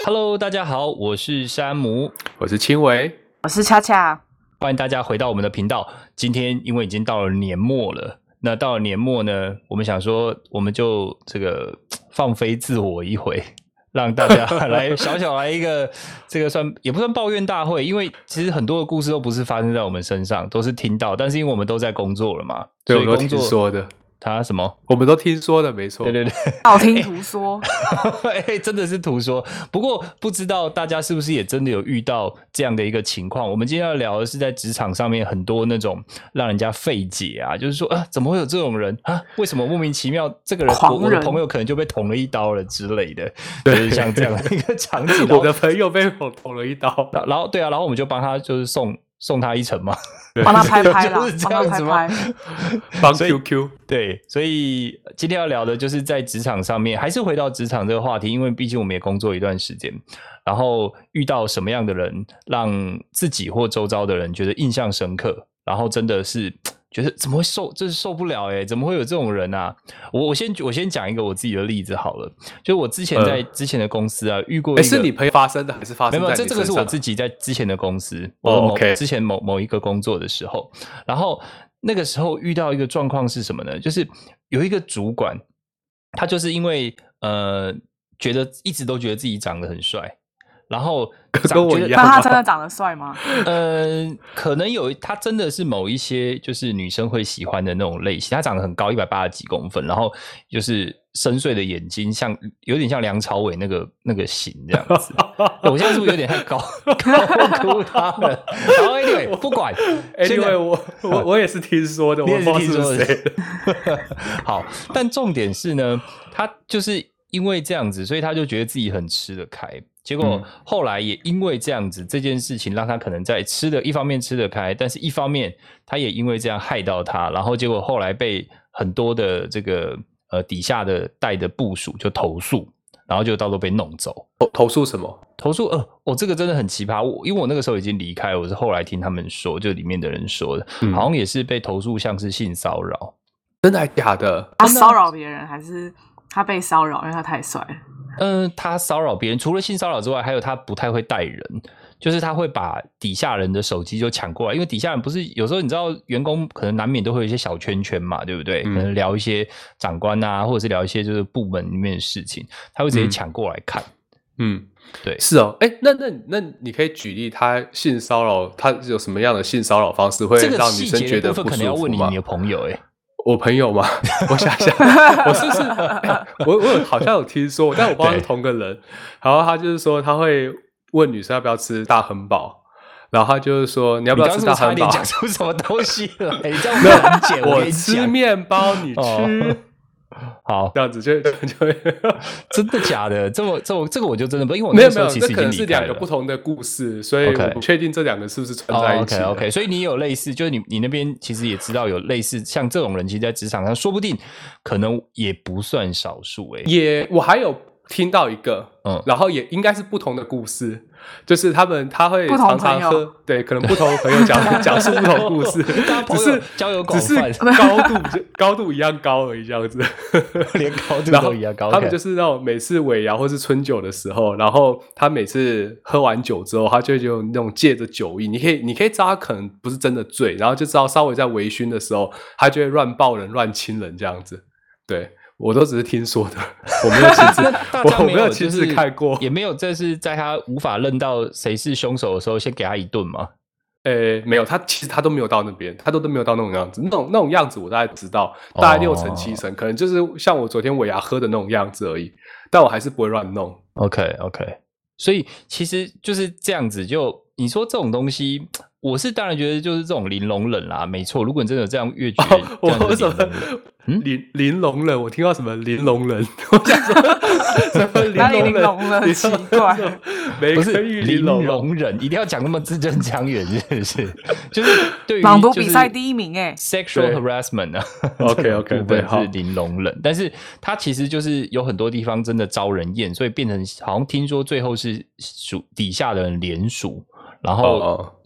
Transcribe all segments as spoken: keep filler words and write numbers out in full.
Hello， 大家好，我是山姆， 我是青维， 我是恰恰， 欢迎大家回到我们的频道。今天因为已经到了年末了，那到了年末呢，我们想说，我们就这个放飞自我一回，让大家来小小来一个这个算也不算抱怨大会，因为其实很多的故事都不是发生在我们身上，都是听到，但是因为我们都在工作了嘛， 对， 所以我都听说的。 他什么？ 我们都听说的，没错。 对对对， 道听途说， 欸、真的是图说。不过不知道大家是不是也真的有遇到这样的一个情况？我们今天要聊的是在职场上面很多那种让人家费解啊，就是说啊，怎么会有这种人啊？为什么莫名其妙这个人，人我我的朋友可能就被捅了一刀了之类的，就是像这样的一个场景。 我的朋友被捅捅了一刀， 然后对啊，然后我们就帮他就是送。送他一程嘛， 帮他拍拍啦， 就是这样子吗？ 帮 Q Q 对，所以今天要聊的就是在职场上面，还是回到职场这个话题，因为毕竟我们也工作一段时间，然后遇到什么样的人，让自己或周遭的人觉得印象深刻，然后真的是觉得怎么会受，就是受不了欸，怎么会有这种人啊？我我先我先讲一个我自己的例子好了，就是我之前在之前的公司啊、呃、遇过一个， 是你朋友发生的还是发生在你身上？没有， 这这个是我自己在之前的公司， 哦、 我某 OK 之前某某一个工作的时候，然后那个时候遇到一个状况是什么呢？就是有一个主管，他就是因为呃觉得一直都觉得自己长得很帅。然后跟我一样， 那他真的长得帅吗？ 呃，可能有他真的是某一些就是女生会喜欢的那种类型。他长得很高，一百八十几公分，然后就是深邃的眼睛，像有点像梁朝伟那个那个型这样子。我现在是不是有点太高高估他了？然后 anyway 不管 ，anyway 我我我也是听说的， 你也是听说的。 好，但重点是呢，他就是因为这样子，所以他就觉得自己很吃得开。结果后来也因为这样子、嗯、这件事情让他可能在吃的一方面吃得开，但是一方面他也因为这样害到他，然后结果后来被很多的这个呃底下的带的部属就投诉，然后就到时候被弄走。 投投诉什么？ 投诉呃，哦，这个真的很奇葩。我因为我那个时候已经离开，我是后来听他们说，就里面的人说的，嗯、好像也是被投诉像是性骚扰。 真的还假的？ 他骚扰别人还是他被骚扰？因为他太帅了。 嗯、呃，他骚扰别人，除了性骚扰之外，还有他不太会带人，就是他会把底下人的手机就抢过来，因为底下人不是有时候你知道员工可能难免都会有一些小圈圈嘛，对不对？嗯、可能聊一些长官啊，或者是聊一些就是部门里面的事情，他会直接抢过来看。 嗯，嗯对， 是哦。哎，那那那你可以举例，他性骚扰，他有什么样的性骚扰方式会让女生觉得不舒服吗？这个细节的部分可能要问你你的朋友哎。 我朋友嘛，我想想，我是不是、欸、我我有好像有听说，但我不知道是同个人。然后他就是说，他会问女生要不要吃大亨堡，然后他就是说你要不要吃大亨堡？ 你刚刚讲出什么东西了？你这样很简，我我吃面包，你吃。 哦好， 这样子就就会真的假的？这么这么这个我就真的不，因为我那时候其实已经离开了。 没有没有，这可能是两个不同的故事，所以我不确定这两个是不是存在一起。 OK OK， 所以你有类似，就是你你那边其实也知道有类似像这种人，其实在职场上说不定可能也不算少数哎、欸。 也我还有听到一个，嗯，然后也应该是不同的故事。就是他们他会常常喝，对，可能不同的朋友讲讲述不同故事，只是交友广泛，只是高度高度一样高而已，这样子， 连高度都一样高。 他们就是那种每次尾牙或是春酒的时候，然后他每次喝完酒之后，他就有那种借着酒意，你可以你可以知道他可能不是真的醉，然后就知道稍微在微醺的时候，他就会乱抱人、乱亲人这样子，对。我都只是听说的，我没有亲自，我没有亲自看过， 也没有。这是在他无法认到谁是凶手的时候，先给他一顿吗？ 呃，没有，他其实他都没有到那边，他都都没有到那种样子，那种那种样子我大概知道，大概六成七成，可能就是像我昨天尾牙喝的那种样子而已，但我还是不会乱弄。 OK OK， 所以其实就是这样子就。你说这种东西，我是当然觉得就是这种玲珑忍啦，没错。如果你真的有这样越觉， 哦、我为什么玲玲珑忍？我听到什么玲珑忍，我想说什么玲珑忍？ 奇怪， 不是玲珑忍，一定要讲那么字正腔圆，是不是？就是对于朗读比赛第一名哎 ，sexual harassment 啊 ，OK OK， 对， 是玲珑忍，但是它其实就是有很多地方真的招人厌，所以变成好像听说最后是属底下的人联署。然后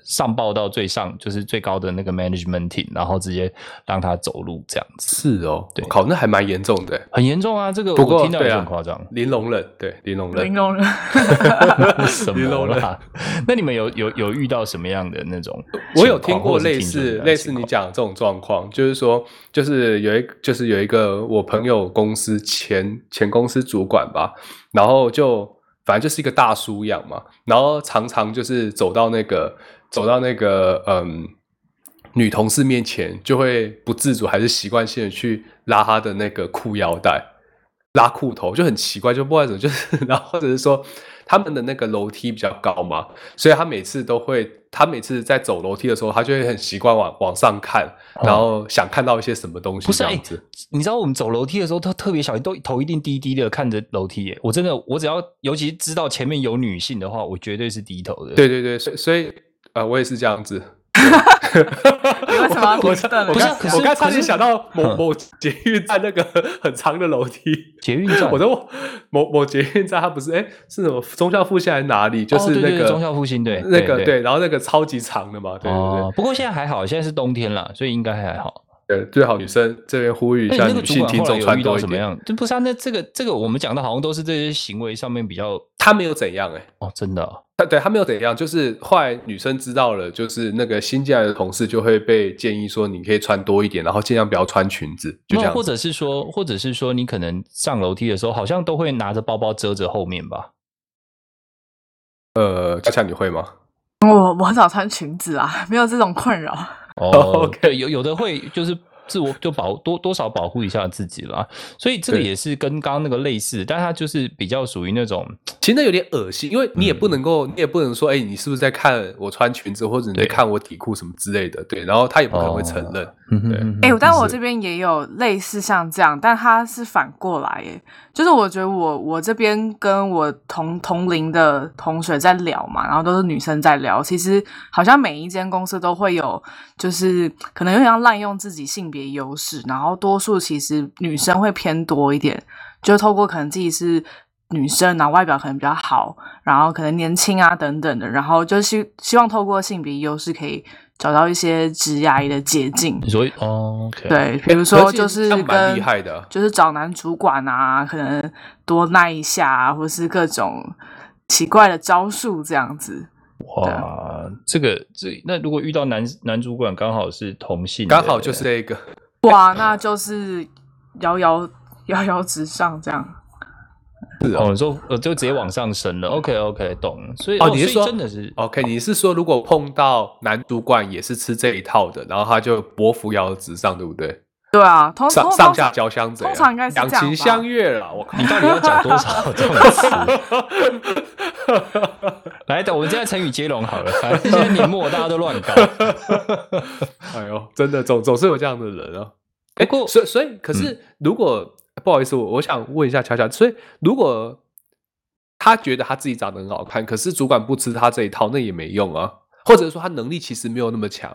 上报到最上，就是最高的那个 management team， 然后直接让他走路这样子。 是哦，对，靠，那还蛮严重的， 很严重啊！这个不过我听到也很啊夸张。 零容忍，对，零容忍， 零容忍， 什么啦？那你们有有有遇到什么样的那种？ 我有听过类似类似你讲的这种状况，就是说，就是有一就是有一个我朋友公司前前公司主管吧，然后就反正就是一个大叔样嘛，然后常常就是走到那个走到那个嗯女同事面前，就会不自主还是习惯性的去拉她的那个裤腰带。拉裤头就很奇怪，就不知道怎么，就是然后或者是说他们的那个楼梯比较高嘛，所以他每次都会，他每次在走楼梯的时候，他就会很习惯往往上看，然后想看到一些什么东西这样子。 不是、欸，你知道我们走楼梯的时候，他特别小心，都头一定低低的看着楼梯耶。我真的，我只要尤其知道前面有女性的话，我绝对是低头的。 对对对，所以所以呃，我也是这样子。 你为什么要我我不是？可是我刚差点想到某某捷运站那个很长的楼梯， 捷运站， 我都某某捷运站，它不是哎是什么忠孝复兴还是哪里？就是那个、哦、 对对对忠孝复兴，对那个对, 对，然后那个超级长的嘛，对对对。 哦、不过现在还好，现在是冬天啦，所以应该还好。 对，最好女生这边呼吁一下女性听众穿多一点。 怎么样？就不是啊，那这个这个我们讲的好像都是这些行为上面比较， 他没有怎样哎、欸。 哦，真的、哦。 他对他没有怎样，就是后来女生知道了，就是那个新进来的同事就会被建议说，你可以穿多一点，然后尽量不要穿裙子，就这样。 或者是说，或者是说，你可能上楼梯的时候，好像都会拿着包包遮着后面吧？ 呃，恰恰你会吗？ 我我很少穿裙子啊，没有这种困扰。 哦，对，有有的会就是自我就保多多少保护一下自己啦，所以这个也是跟刚刚那个类似，但它就是比较属于那种， 其实那有点恶心，因为你也不能够，嗯、你也不能说，哎、欸，你是不是在看我穿裙子，或者你在看我底裤什么之类的，对，然后他也不可能会承认，哦、对， 哎、欸，但我这边也有类似像这样，但他是反过来，哎，就是我觉得我我这边跟我同同龄的同学在聊嘛，然后都是女生在聊，其实好像每一间公司都会有，就是可能有点像滥用自己性别优势，然后多数其实女生会偏多一点，就透过可能自己是女生，然后外表可能比较好，然后可能年轻啊等等的，然后就希希望透过性别优势可以找到一些职涯的捷径。 所以哦 ，OK， 对，比如说就是跟蛮厉害的， 就是找男主管啊，可能多耐一下啊，或是各种奇怪的招数这样子。 哇，这个这那如果遇到男男主管刚好是同性， 刚好就是这个， 哇，那就是遥遥遥遥直上这样。 是哦，你说呃就直接往上升了 ，OK OK， 懂。所以哦，你是说真的是 OK？ 你是说如果碰到男主管也是吃这一套的，然后他就伯服遥遥直上，对不对？ 对啊，通上上下交相贼、啊， 通常应该是这样吧。 两情相悦了，我靠！ 你到底要讲多少这种词？来，等我们现在成语接龙好了，反正现在年末大家都乱搞。 哎呦，真的总总是有这样的人啊。哎，所以所以可是如果、嗯、不好意思，我我想问一下乔乔，所以如果他觉得他自己长得很好看，可是主管不吃他这一套，那也没用啊。或者说他能力其实没有那么强。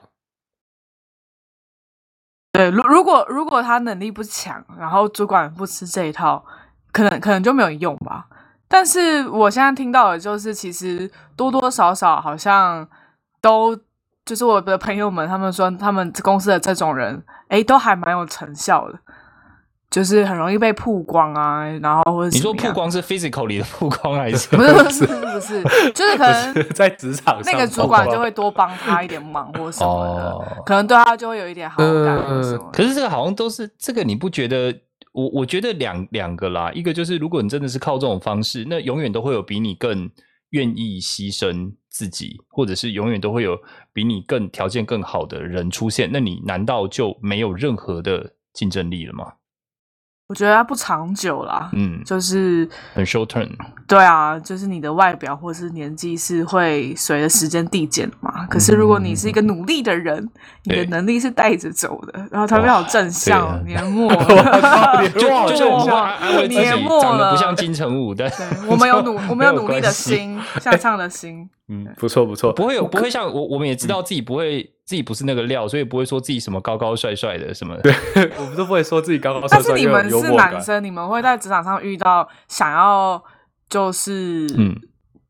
对，如如果如果他能力不强，然后主管不吃这一套，可能可能就没有用吧。但是我现在听到的就是，其实多多少少好像都就是我的朋友们，他们说他们公司的这种人，哎，都还蛮有成效的，就是很容易被曝光啊，然后或者你说曝光是 physical 里的曝光还是？ 不是不是不是，就是可能在职场上那个主管就会多帮他一点忙或什么的，哦、可能对他就会有一点好感或什么、呃。 可是这个好像都是这个，你不觉得？我我觉得两两个啦，一个就是如果你真的是靠这种方式，那永远都会有比你更愿意牺牲自己，或者是永远都会有比你更条件更好的人出现，那你难道就没有任何的竞争力了吗？ 我觉得它不长久啦， 嗯， 就是很 short term。 对啊，就是你的外表或是年纪是会随着时间递减嘛。可是如果你是一个努力的人，嗯、你的能力是带着走的，然后特别好正向，年末， 就就是我们安慰自己长得不像金城武，但我们有努，我们有努力的心，向上的心。 嗯，不错不错， 不会有不会像我，我们也知道自己不会。嗯自己不是那个料，所以不会说自己什么高高帅帅的什么的。 对，我们都不会说自己高高帅帅。 但是你们是男生，你们会在职场上遇到想要就是嗯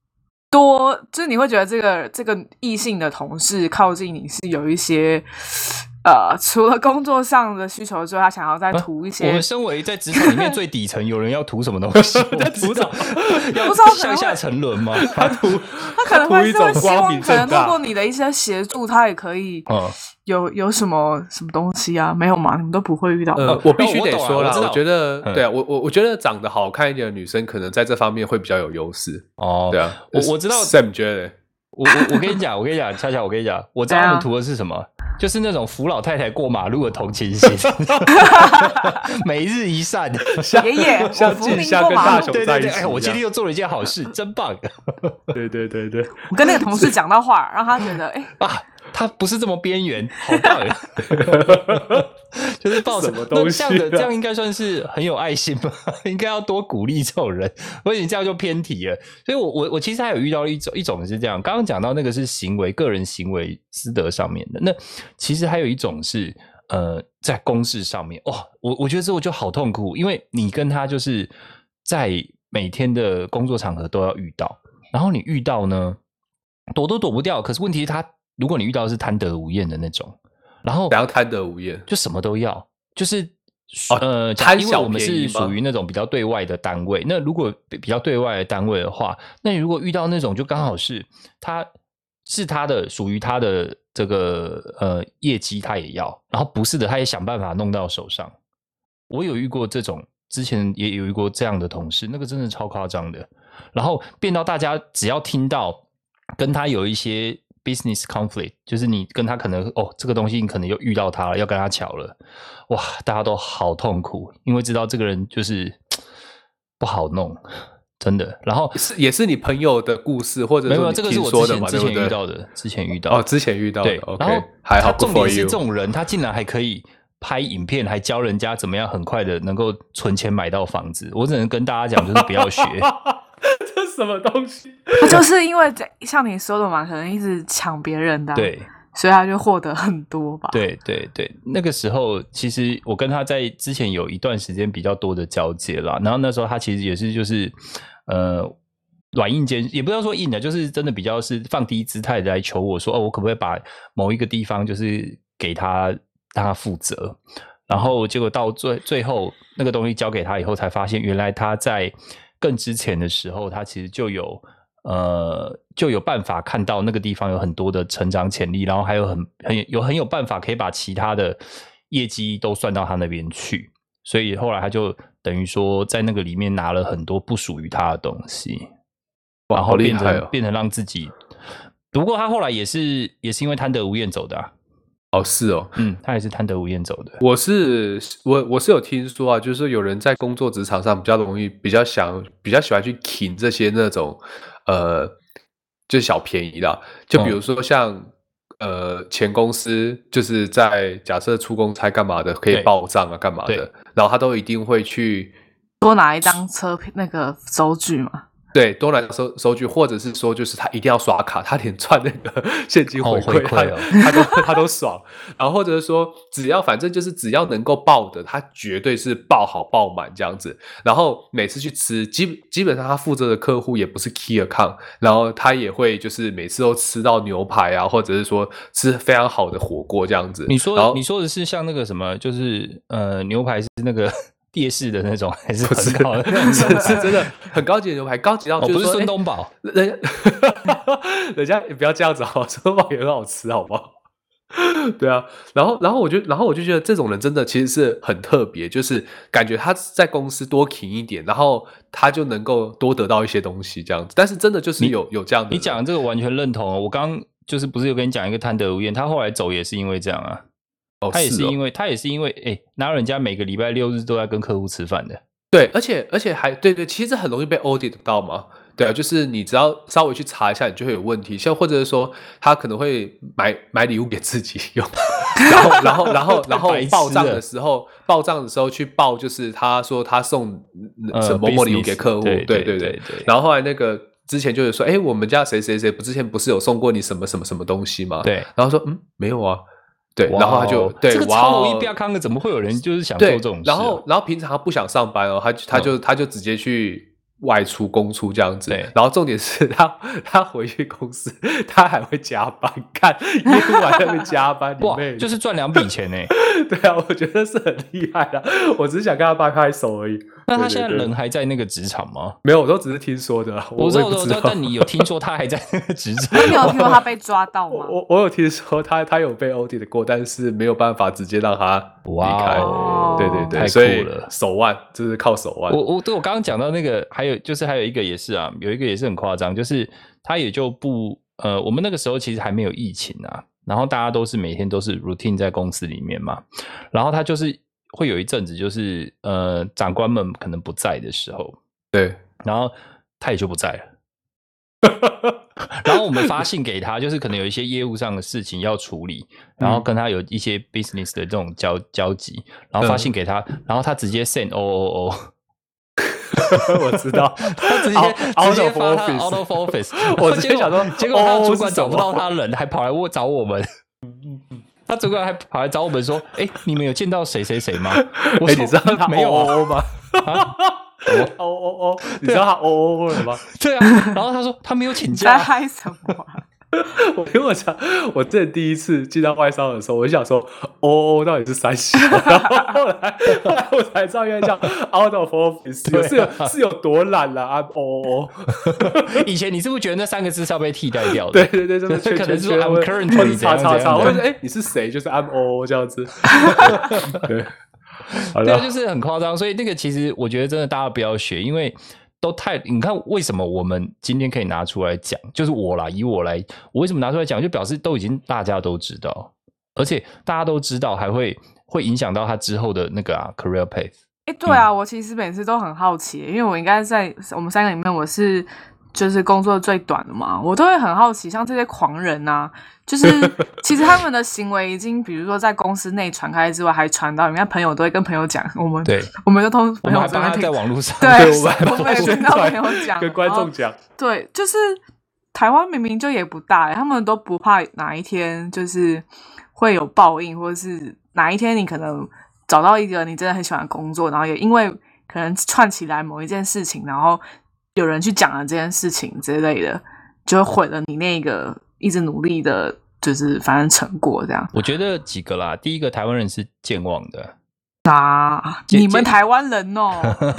多，就是你会觉得这个这个异性的同事靠近你是有一些。呃，除了工作上的需求之外，他想要再图一些。 啊、我们身为在职场里面最底层，有人要图什么东西？我在知道，要向下沉沦吗？ 他图， 他可能会一种光明正大。 可能透过你的一些协助，他也可以有、嗯、有什么什么东西啊？没有吗？你们都不会遇到。 呃，我必须得说啦， 我, 我, 我觉得，嗯、对啊，我我我觉得长得好看一点的女生，可能在这方面会比较有优势。 哦， 对啊， 我我知道 ，Sam 觉得。 我我我跟你讲，我跟你讲，恰恰我跟你讲，我知道他们图的是什么，就是那种扶老太太过马路的同情心，每日一善， 爷爷， 像静香跟大雄在一起。 对对对，哎，我今天又做了一件好事，真棒！ 对对对对， 我跟那个同事讲到话，让他觉得，哎啊，他不是这么边缘，好棒！就是抱什么东西、啊，这样的这样应该算是很有爱心吧？应该要多鼓励这种人，而且这样就偏题了。所以我我我其实还有遇到一种一种是这样，刚刚讲到那个是行为个人行为私德上面的，那其实还有一种是呃在公事上面，哇、哦，我我觉得这我就好痛苦，因为你跟他就是在每天的工作场合都要遇到，然后你遇到呢躲都躲不掉，可是问题是他如果你遇到的是贪得无厌的那种。然后不要贪得无厌， 就什么都要，就是、 哦、 呃， 贪因为我们是属于那种比较对外的单位。那如果比较对外的单位的话，那你如果遇到那种就刚好是他是他的属于他的这个呃业绩，他也要，然后不是的，他也想办法弄到手上。我有遇过这种，之前也有遇过这样的同事，那个真的超夸张的。然后变到大家只要听到跟他有一些。business conflict 就是你跟他可能哦，这个东西你可能又遇到他了，要跟他巧了，哇，大家都好痛苦，因为知道这个人就是不好弄，真的。然后是也是你朋友的故事，或者没有这个是我之前之前遇到的，之前遇到哦，之前遇到的。 对， okay, 然后还好。 重点是这种人，他竟然还可以拍影片，还教人家怎么样很快的能够存钱买到房子。我只能跟大家讲，就是不要学。 这什么东西？ 他就是因为像你说的嘛，可能一直抢别人的、啊， 对， 所以他就获得很多吧。 对对对，那个时候其实我跟他在之前有一段时间比较多的交接啦，然后那时候他其实也是就是呃软硬兼，也不要说硬的，就是真的比较是放低姿态的来求我说，哦，我可不可以把某一个地方就是给他让他负责，然后结果到最最后那个东西交给他以后，才发现原来他在更之前的时候，他其实就有呃就有办法看到那个地方有很多的成长潜力，然后还有很很有很有办法可以把其他的业绩都算到他那边去，所以后来他就等于说在那个里面拿了很多不属于他的东西，然后变成、哦、变成让自己。不过他后来也是也是因为贪得无厌走的啊。 哦，是哦， 嗯，他也是贪得无厌走的。 我是我我是有听说啊，就是说有人在工作职场上比较容易，比较想比较喜欢去挺这些那种呃，就是小便宜啦。就比如说像、嗯、呃前公司就是在假设出公差干嘛的，可以报账啊干嘛的，然后他都一定会去多拿一张车那个收据嘛。 对，多拿收收据，或者是说，就是他一定要刷卡，他连赚那个现金回馈， 哦、回馈哦、 他, 他都他都爽。然后或者是说，只要反正就是只要能够报的，他绝对是报好报满这样子。然后每次去吃，基基本上他负责的客户也不是 key account， 然后他也会就是每次都吃到牛排啊，或者是说吃非常好的火锅这样子。 你说你说的是像那个什么，就是呃牛排是那个。夜市的那种还是很高的， 是是真的很高级的牛排，高级到就是说、 哦、不是孙东宝， 欸、人家人家也不要这样子好，孙东宝也很好吃，好不好？对啊，然后然后我就然后我就觉得这种人真的其实是很特别，就是感觉他在公司多勤一点，然后他就能够多得到一些东西这样子。但是真的就是有有这样的人， 你讲这个完全认同哦。我刚就是不是有跟你讲一个贪得无厌，他后来走也是因为这样啊。 哦、 他也是因为、哦、他也是因为哎，哪有人家每个礼拜六日都在跟客户吃饭的？ 对，而且而且还对对，其实很容易被 audit 到嘛。对啊，就是你只要稍微去查一下，你就会有问题。像或者是说，他可能会买买礼物给自己用，然后然后然后然后报账的时候，报账的时候去报，就是他说他送什么某某礼物给客户， 呃、 对对 对, 对, 对。然后后来那个之前就是说，哎，我们家谁谁谁不之前不是有送过你什么什么什么东西吗？ 对， 然后说嗯没有啊。对，然后他就对， 这个超容易变康的，怎么会有人就是想做这种事、啊？ 然后，然后平常他不想上班哦，他他就、嗯、他就直接去外出公出这样子，然后重点是他他回去公司他还会加班，看业务还在那边加班， 哇，就是赚两笔钱呢。 对啊，我觉得是很厉害的，我只是想跟他拍拍手而已。 那他现在人还在那个职场吗？ 没有，我都只是听说的。 我知道，我知道，但你有听说他还在那个职场？ 你有听说他被抓到吗？ 我我有听说他他有被 audit 过，但是没有办法直接让他离开。 哇， 对对对， 太酷了， 手腕就是靠手腕。 我我对我刚刚讲到那个，还有就是还有一个也是啊，有一个也是很夸张，就是他也就不呃，我们那个时候其实还没有疫情啊，然后大家都是每天都是 routine 在公司里面嘛，然后他就是会有一阵子就是呃长官们可能不在的时候， 对， 然后他也就不在了。然后我们发信给他，就是可能有一些业务上的事情要处理，然后跟他有一些 business 的这种交交集，然后发信给他，嗯、然后他直接 send O O O。 我知道， 他直接 out 直接 of 发他 office out of office， 我直接想说， 结果他主管找不到他人，还跑来问找我们。他主管还跑来找我们说：“哎、欸，你们有见到谁谁谁吗？”我说：“ 欸、你知道他没有哦吗？”啊哦哦哦，你知道他哦哦了吗？ 对啊，然后他说他没有请假。 在嗨什么、啊？ 我跟我讲，我这第一次进到外商的时候，我就想说，哦哦，到底是三小？然后后来后来我才知道，原来叫 out of office，、啊、是有是有多懒啦、啊！啊哦哦， 以前你是不是觉得那三个字是要被替代掉的？ 对对对，这是可能是说 I'm currently 叉叉叉，我就说哎，你是谁？就是 I'm 哦这样子。对。 对啊，就是很夸张，所以那个其实我觉得真的大家不要学，因为都太你看为什么我们今天可以拿出来讲，就是我啦，以我来，我为什么拿出来讲，就表示都已经大家都知道，而且大家都知道，还会会影响到他之后的那个啊 career path。 哎，对啊、嗯，我其实每次都很好奇，因为我应该在我们三个里面，我是就是工作最短的嘛，我都会很好奇，像这些狂人啊。就是其实他们的行为已经，比如说在公司内传开之外，还传到你看朋友都会跟朋友讲，我们对， 我们就通朋友在他在网络上， 对， 我们也听到朋友讲， 跟观众讲， 对，就是台湾明明就也不大、欸，他们都不怕哪一天就是会有报应，或者是哪一天你可能找到一个你真的很喜欢的工作，然后也因为可能串起来某一件事情，然后有人去讲了这件事情之类的，就毁了你那个一直努力的。就是反正成果这样， 我觉得几个啦。第一个，台湾人是健忘的啊，你们台湾人哦，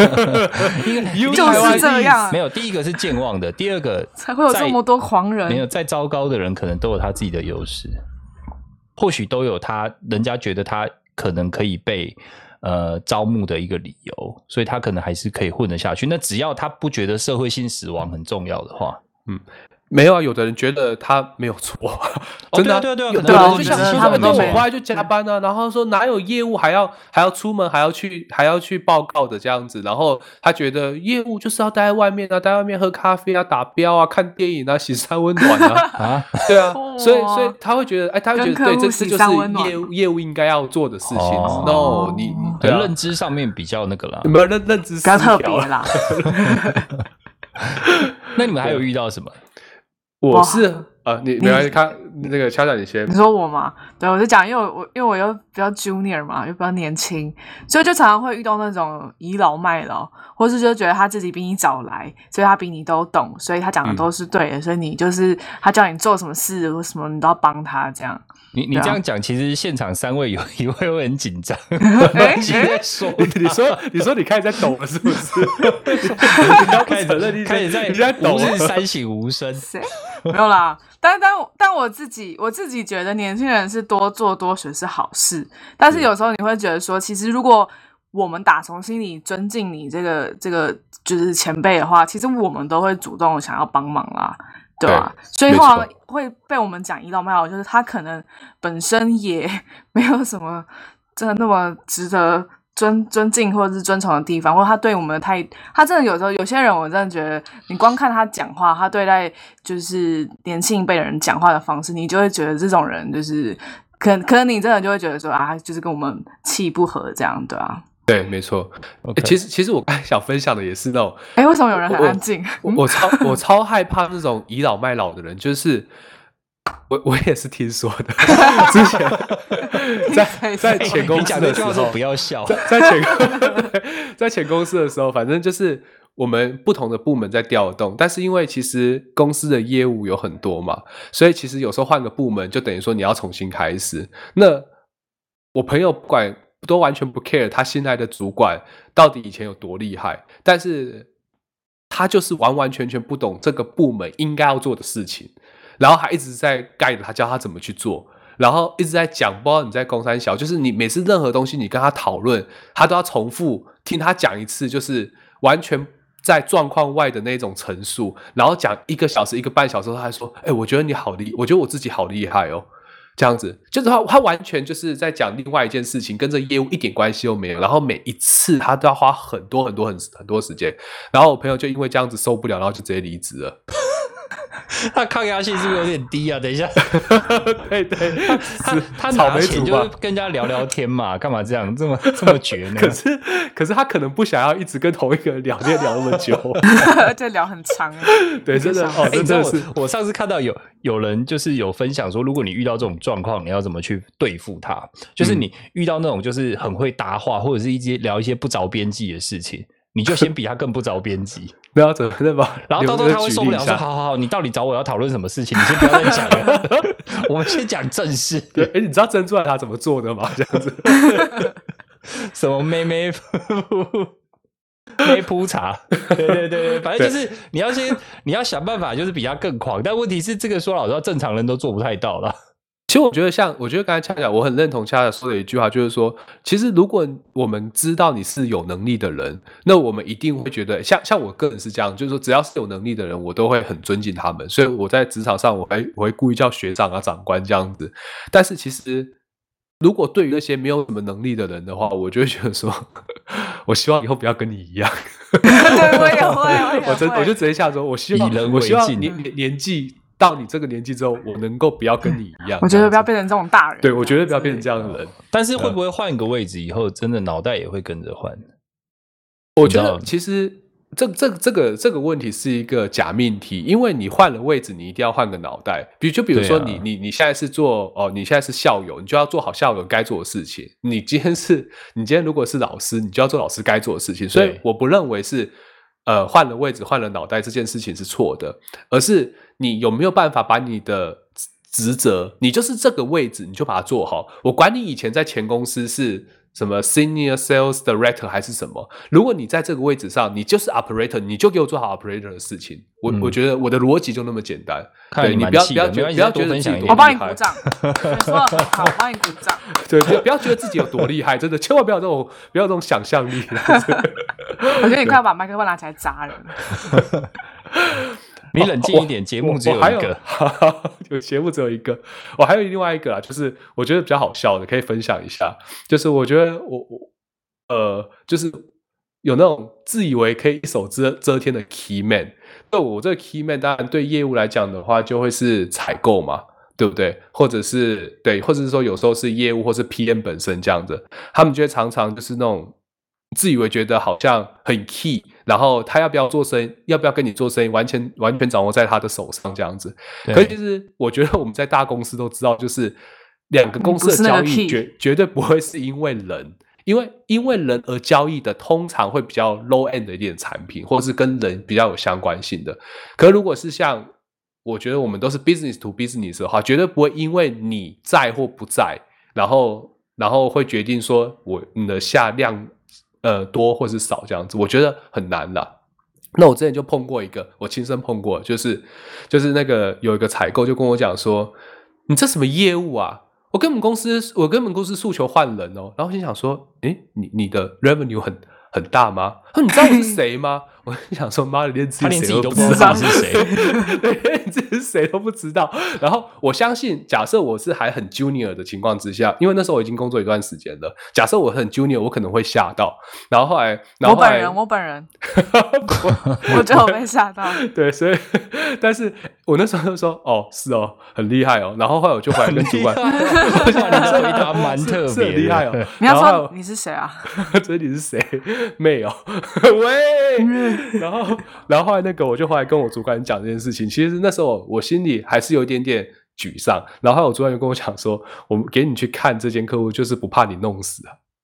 就是这样。 没有，第一个是健忘的，第二个才会有这么多狂人。 没有，再糟糕的人可能都有他自己的优势，或许都有他人家觉得他可能可以被呃招募的一个理由，所以他可能还是可以混得下去。那只要他不觉得社会性死亡很重要的话， 嗯。没有啊，有的人觉得他没有错，真的、 啊哦、对啊对啊对啊， 对啊，就像他们都回来就加班啊，然后说哪有业务还要还要出门还要去还要去报告的这样子，然后他觉得业务就是要待在外面啊，待在外面喝咖啡啊、打标啊、看电影啊、洗三温暖啊，啊，对啊，所以所以他会觉得，哎，他会觉得对，这次就是业务业务应该要做的事情。哦、no， 你对、啊、认知上面比较那个啦， 有没有认认知失调？比较特别啦。 那你们还有遇到什么？ 我是呃，你没关系，看那个敲敲你先。 你说我吗？对，我就讲，因为我因为我又比较 junior 嘛，又比较年轻，所以就常常会遇到那种倚老卖老，或是就觉得他自己比你早来，所以他比你都懂，所以他讲的都是对的，嗯、所以你就是他叫你做什么事或什么，你都要帮他这样。 你你这样讲，其实现场三位有一位会很紧张。 哎， 你在说， 你说你说你开始在抖了是不是？你要开始承认你开始在你在抖， 是三省吾身。 没有啦，但但但我自己我自己觉得年轻人是多做多学是好事，但是有时候你会觉得说，其实如果我们打从心里尊敬你这个这个就是前辈的话，其实我们都会主动想要帮忙啦。对吧？所以通常会被我们讲倚老卖老，就是他可能本身也没有什么真的那么值得尊尊敬或者是尊崇的地方，或他对我们的态，他真的有时候有些人，我真的觉得你光看他讲话，他对待就是年轻一辈的人讲话的方式，你就会觉得这种人就是可可能你真的就会觉得说啊，就是跟我们气不合这样，对啊。 对，没错。Okay. 欸、其实，其实我刚才想分享的也是那种， 哎、欸，为什么有人很安静？ 我, 我, 我超我超害怕那种倚老卖老的人，就是我我也是听说的。之前在在前公司的时候， 不要笑。 在在前在前公司的时候，反正就是我们不同的部门在调动，但是因为其实公司的业务有很多嘛，所以其实有时候换个部门就等于说你要重新开始。那我朋友不管都完全不 care 他现在的主管到底以前有多厉害，但是他就是完完全全不懂这个部门应该要做的事情，然后还一直在 guide 他，教他怎么去做，然后一直在讲，不知道你在公三小，就是你每次任何东西你跟他讨论，他都要重复听他讲一次，就是完全在状况外的那种陈述，然后讲一个小时一个半小时，他还说，哎、欸，我觉得你好厉，我觉得我自己好厉害哦，这样子，就是他他完全就是在讲另外一件事情，跟这业务一点关系都没有，然后每一次他都要花很多很多很很多时间，然后我朋友就因为这样子受不了，然后就直接离职了。 他抗压性是不是有点低啊？等一下， 对对， 他他拿钱就是跟人家聊聊天嘛，干嘛这样这么这么绝呢？ 可是可是他可能不想要一直跟同一个人聊天聊那么久， 而且聊很长。 对，真的哦，真的是。 我上次看到有有人就是有分享说，如果你遇到这种状况，你要怎么去对付他？就是你遇到那种就是很会搭话，或者是一些聊一些不着边际的事情。你就先比他更不着边际， 不要怎么那么， 然后到时候他会受不了，说：“好好好，你到底找我要讨论什么事情？你先不要再讲了，我们先讲正事。” 对，哎，你知道珍珠奶茶怎么做的吗？这样子， 什么妹妹妹铺茶，对对对，反正就是你要先你要想办法，就是比他更狂。但问题是，这个说老实话，正常人都做不太到了。 其实我觉得像，我觉得刚才恰恰我很认同恰恰说的一句话，就是说，其实如果我们知道你是有能力的人，那我们一定会觉得，像像我个人是这样，就是说，只要是有能力的人，我都会很尊敬他们。所以我在职场上，我还我会故意叫学长啊、长官这样子。但是其实，如果对于那些没有什么能力的人的话，我就会觉得说，我希望以后不要跟你一样。 对，我也会，我也会。 我真我就直接下说，我希望我希望年年纪。到你这个年纪之后，我能够不要跟你一样。 我觉得不要变成这种大人。 对，我觉得不要变成这样的人。 但是会不会换一个位置以后，真的脑袋也会跟着换？ 我觉得其实这这这个这个问题是一个假命题，因为你换了位置，你一定要换个脑袋。比如就比如说你、啊、你你现在是做哦，你现在是校友，你就要做好校友该做的事情。你今天是你今天如果是老师，你就要做老师该做的事情。所以我不认为是。呃，换了位置，换了脑袋，这件事情是错的，而是你有没有办法把你的职责，你就是这个位置，你就把它做好。我管你以前在前公司是什么 Senior Sales Director 还是什么，如果你在这个位置上，你就是 Operator， 你就给我做好 Operator 的事情。我、嗯、我觉得我的逻辑就那么简单。对，你不要不要觉得不要觉得自己多厉害， 我帮你鼓掌，你说得很好，我帮你鼓掌。 对，不要觉得自己有多厉害，真的千万不要这种不要这种想象力。 我觉得你快要把麦克风拿起来砸人。 你冷静一点，节目只有一个， 有节目只有一个。我还有另外一个啊，就是我觉得比较好笑的，可以分享一下。就是我觉得我我呃，就是有那种自以为可以一手遮遮天的 key man。那我这个 key man 当然对业务来讲的话，就会是采购嘛，对不对？或者是对，或者是说有时候是业务或是 P M 本身这样子，他们就会常常就是那种。自以为觉得好像很 key， 然后他要不要做生意，要不要跟你做生意，完全完全掌握在他的手上这样子。可是其实我觉得我们在大公司都知道，就是两个公司的交易绝绝对不会是因为人，因为因为人而交易的，通常会比较 low end 的一点产品，或是跟人比较有相关性的。可是如果是像我觉得我们都是 business to business 的话，绝对不会因为你在或不在，然后然后会决定说我你的下量。呃，多或是少这样子，我觉得很难啦。那我之前就碰过一个，我亲身碰过，就是就是那个有一个采购就跟我讲说，你这什么业务啊？我跟我们公司，我跟我们公司诉求换人哦。然后我心想说，诶，你你的 revenue 很很大吗？你知道我是谁吗？我想说，妈的，连自己谁都不知道是谁， 连自己是谁都不知道。然后我相信，假设我是还很 junior 的情况之下，因为那时候我已经工作一段时间了。假设我很 junior， 我可能会吓到。然后后来，然后后来我本人，我本人，我就被吓到。 对，所以，但是我那时候就说，哦，是哦，很厉害哦。然后后来我就回来跟主管， 我想你的回答蛮特别， 很厉害哦。 你要说你是谁啊？ 这你是谁？妹哦，喂。然后，然后后来那个，我就后来跟我主管讲这件事情。其实那时候我心里还是有一点点沮丧。然后后来我主管就跟我讲说：“我们给你去看这间客户，就是不怕你弄死啊。”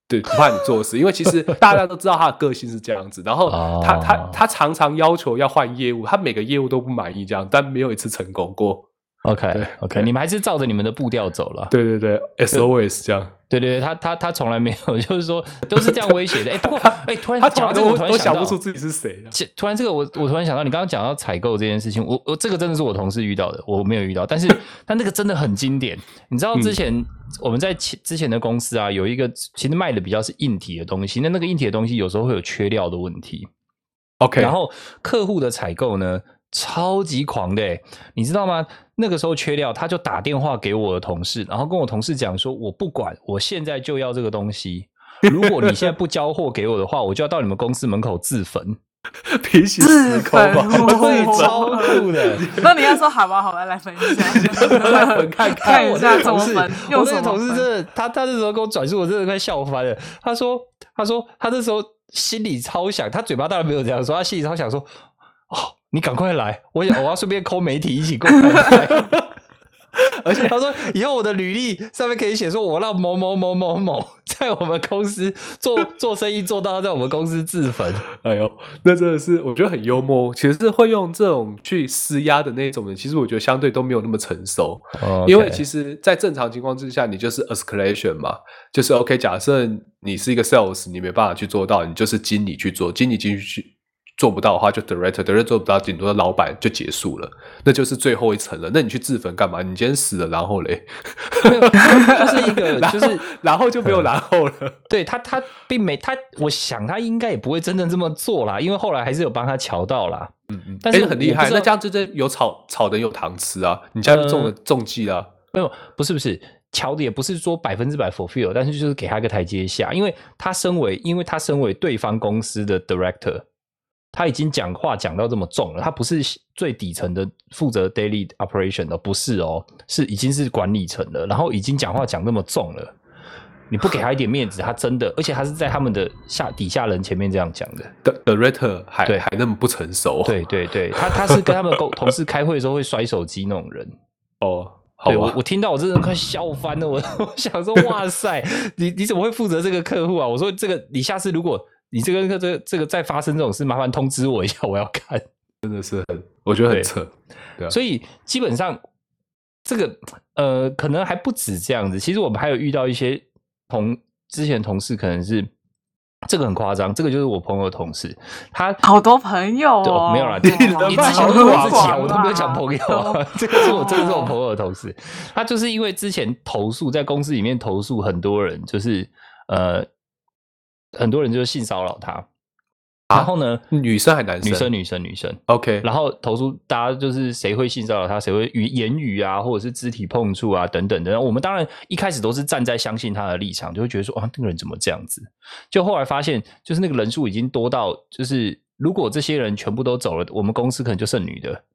对，不怕你做事，因为其实大家都知道他的个性是这样子，然后他、哦、他他常常要求要换业务，他每个业务都不满意这样，但没有一次成功过。 OK OK， 你们还是照着你们的步调走了。 对对对 ，S O S 这样。 对对对，他他他从来没有，就是说都是这样威胁的。哎，不过哎，突然讲到这个，我突然想到， 都想不出自己是谁。 突然这个我我突然想到，你刚刚讲到采购这件事情，我我这个真的是我同事遇到的，我没有遇到，但是但那个真的很经典。你知道之前、嗯、我们在之前的公司啊，有一个其实卖的比较是硬体的东西，那那个硬体的东西有时候会有缺料的问题。 OK， 然后客户的采购呢？超级狂的耶，你知道吗？那个时候缺料，他就打电话给我的同事，然后跟我同事讲说，我不管，我现在就要这个东西，如果你现在不交货给我的话，我就要到你们公司门口自焚。 平行时空吧， 对，超酷的。 那你要说好吧，好吧，来分一下， 来分看看一下怎么分。 我那个同事真的，他他那时候跟我转述，我真的快笑翻了。他说，他说他那时候心里超想，他嘴巴当然没有这样说，他心里超想说，哦。你赶快来，我我要顺便call媒体一起过来。而且他说，以后我的履历上面可以写说，我让某某某某某在我们公司做做生意做到在我们公司自焚。 哎呦，那真的是我觉得很幽默。其实是会用这种去施压的那种人，其实我觉得相对都没有那么成熟。Oh, okay. 因为其实在正常情况之下，你就是 escalation 嘛，就是 OK。假设你是一个 sales， 你没办法去做到，你就是经理去做，经理进去。做不到的话就 director，director 做不到，顶多老板就结束了，那就是最后一层了。那你去自焚干嘛？你今天死了，然后嘞， 就是一个，就是然后就没有然后了。 对他，他并没他，我想他应该也不会真正这么做啦，因为后来还是有帮他瞧到啦。 嗯嗯，但是很厉害。那这样真正有炒炒的有糖吃啊，你这样中了中计啊？ 没有，不是不是。乔的也不是说百分之百 fulfill， 但是就是给他一个台阶下，因为他身为，因为他身为对方公司的 director。他已经讲话讲到这么重了，他不是最底层的负责 daily operation 的，不是哦，是已经是管理层了，然后已经讲话讲那么重了，你不给他一点面子，他真的，而且他是在他们的下底下人前面这样讲的 ，director 还对还那么不成熟， 对对对，他他是跟他们同事开会的时候会摔手机那种人哦。好对我我听到我真的快笑翻了，我我想说哇塞，你你怎么会负责这个客户啊？我说这个你下次如果你这个这个这个再发生这种事，麻烦通知我一下，我要看。 真的是很，我觉得很扯。对啊， 所以基本上这个呃，可能还不止这样子。其实我们还有遇到一些同之前同事，可能是这个很夸张。这个就是我朋友的同事，他好多朋友哦， 没有啦，你之前都是我自己，我都没有讲朋友啊。这个是我真的是我朋友的同事，他就是因为之前投诉在公司里面投诉很多人，就是呃。很多人就是性骚扰他，啊、然后呢， 女生还男生？ 女生，女生，女生。 OK， 然后投诉大家就是谁会性骚扰他，谁会语言语啊，或者是肢体碰触啊，等等的。我们当然一开始都是站在相信他的立场，就会觉得说，啊，那个人怎么这样子？就后来发现，就是那个人数已经多到，就是如果这些人全部都走了，我们公司可能就剩女的。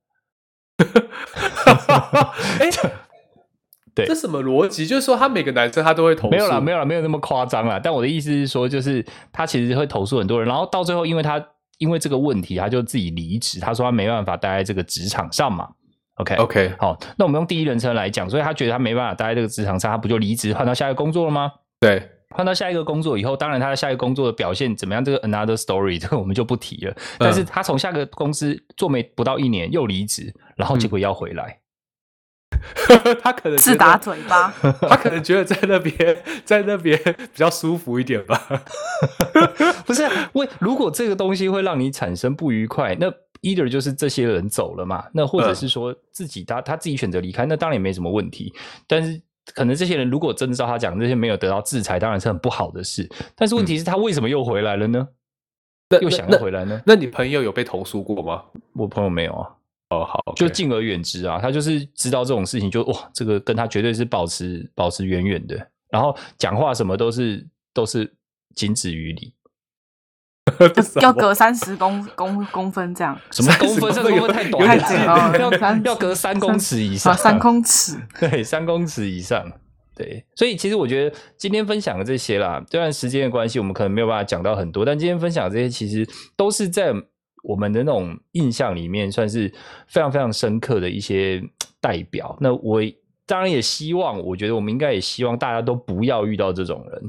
哎。对，这什么逻辑？就是说，他每个男生他都会投诉？ 没有啦，没有啦，没有那么夸张啦。但我的意思是说，就是他其实会投诉很多人，然后到最后，因为他因为这个问题，他就自己离职。他说他没办法待在这个职场上嘛。OK OK， 好，那我们用第一人称来讲，所以他觉得他没办法待在这个职场上，他不就离职换到下一个工作了吗？ 对， 换到下一个工作以后，当然他的下一个工作的表现怎么样，这个 another story， 这个我们就不提了。但是他从下个公司做没不到一年又离职，然后结果要回来。嗯他可能自打嘴巴， 他可能觉得在那边在那边比较舒服一点吧。 不是，为如果这个东西会让你产生不愉快，那 either 就是这些人走了嘛，那或者是说自己他他自己选择离开，那当然也没什么问题。但是可能这些人如果真的照他讲，这些没有得到制裁，当然是很不好的事。但是问题是，他为什么又回来了呢？ 嗯、 又想要回来呢？ 那, 那, 那你朋友有被投诉过吗？ 我朋友没有啊。 哦，好， okay， 就敬而远之啊，他就是知道这种事情就，就哇，这个跟他绝对是保持保持远远的，然后讲话什么都是都是仅止于理， 要隔三十公公公分这样， 什么公分？这公分太短了，要要隔三公尺以上， 三公尺， 对，三公尺以上。对，所以其实我觉得今天分享的这些啦，虽然时间的关系，我们可能没有办法讲到很多，但今天分享的这些其实都是在我们的那种印象里面算是非常非常深刻的一些代表。那我当然也希望，我觉得我们应该也希望大家都不要遇到这种人。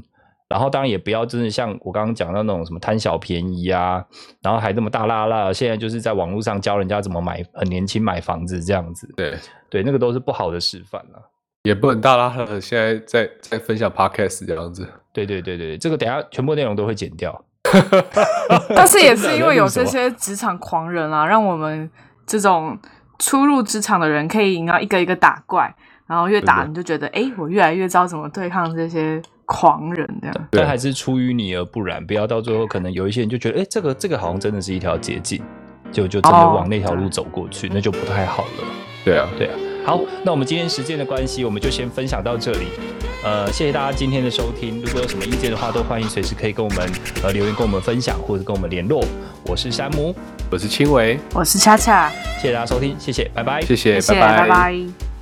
然后当然也不要真的像我刚刚讲到那种什么贪小便宜啊，然后还这么大啦啦，现在就是在网络上教人家怎么买很年轻买房子这样子。 对对，那个都是不好的示范啊。 也不很大啦啦，现在在在分享 podcast 这样子。 对对对对，这个等一下全部内容都会剪掉。 但是也是因为有这些职场狂人啊，让我们这种初入职场的人可以然后一个一个打怪，然后越打你就觉得哎，我越来越知道怎么对抗这些狂人这样。 但还是出于你而不然，不要到最后可能有一些人就觉得哎，这个这个好像真的是一条捷径，就就真的往那条路走过去，哦、那就不太好了。 对啊， 对啊。好，那我们今天时间的关系，我们就先分享到这里。呃，谢谢大家今天的收听。如果有什么意见的话，都欢迎随时可以跟我们呃留言跟我们分享，或者跟我们联络。我是山姆， 我是青维， 我是恰恰。 谢谢大家收听，谢谢，拜拜， 谢谢， 谢谢，拜拜。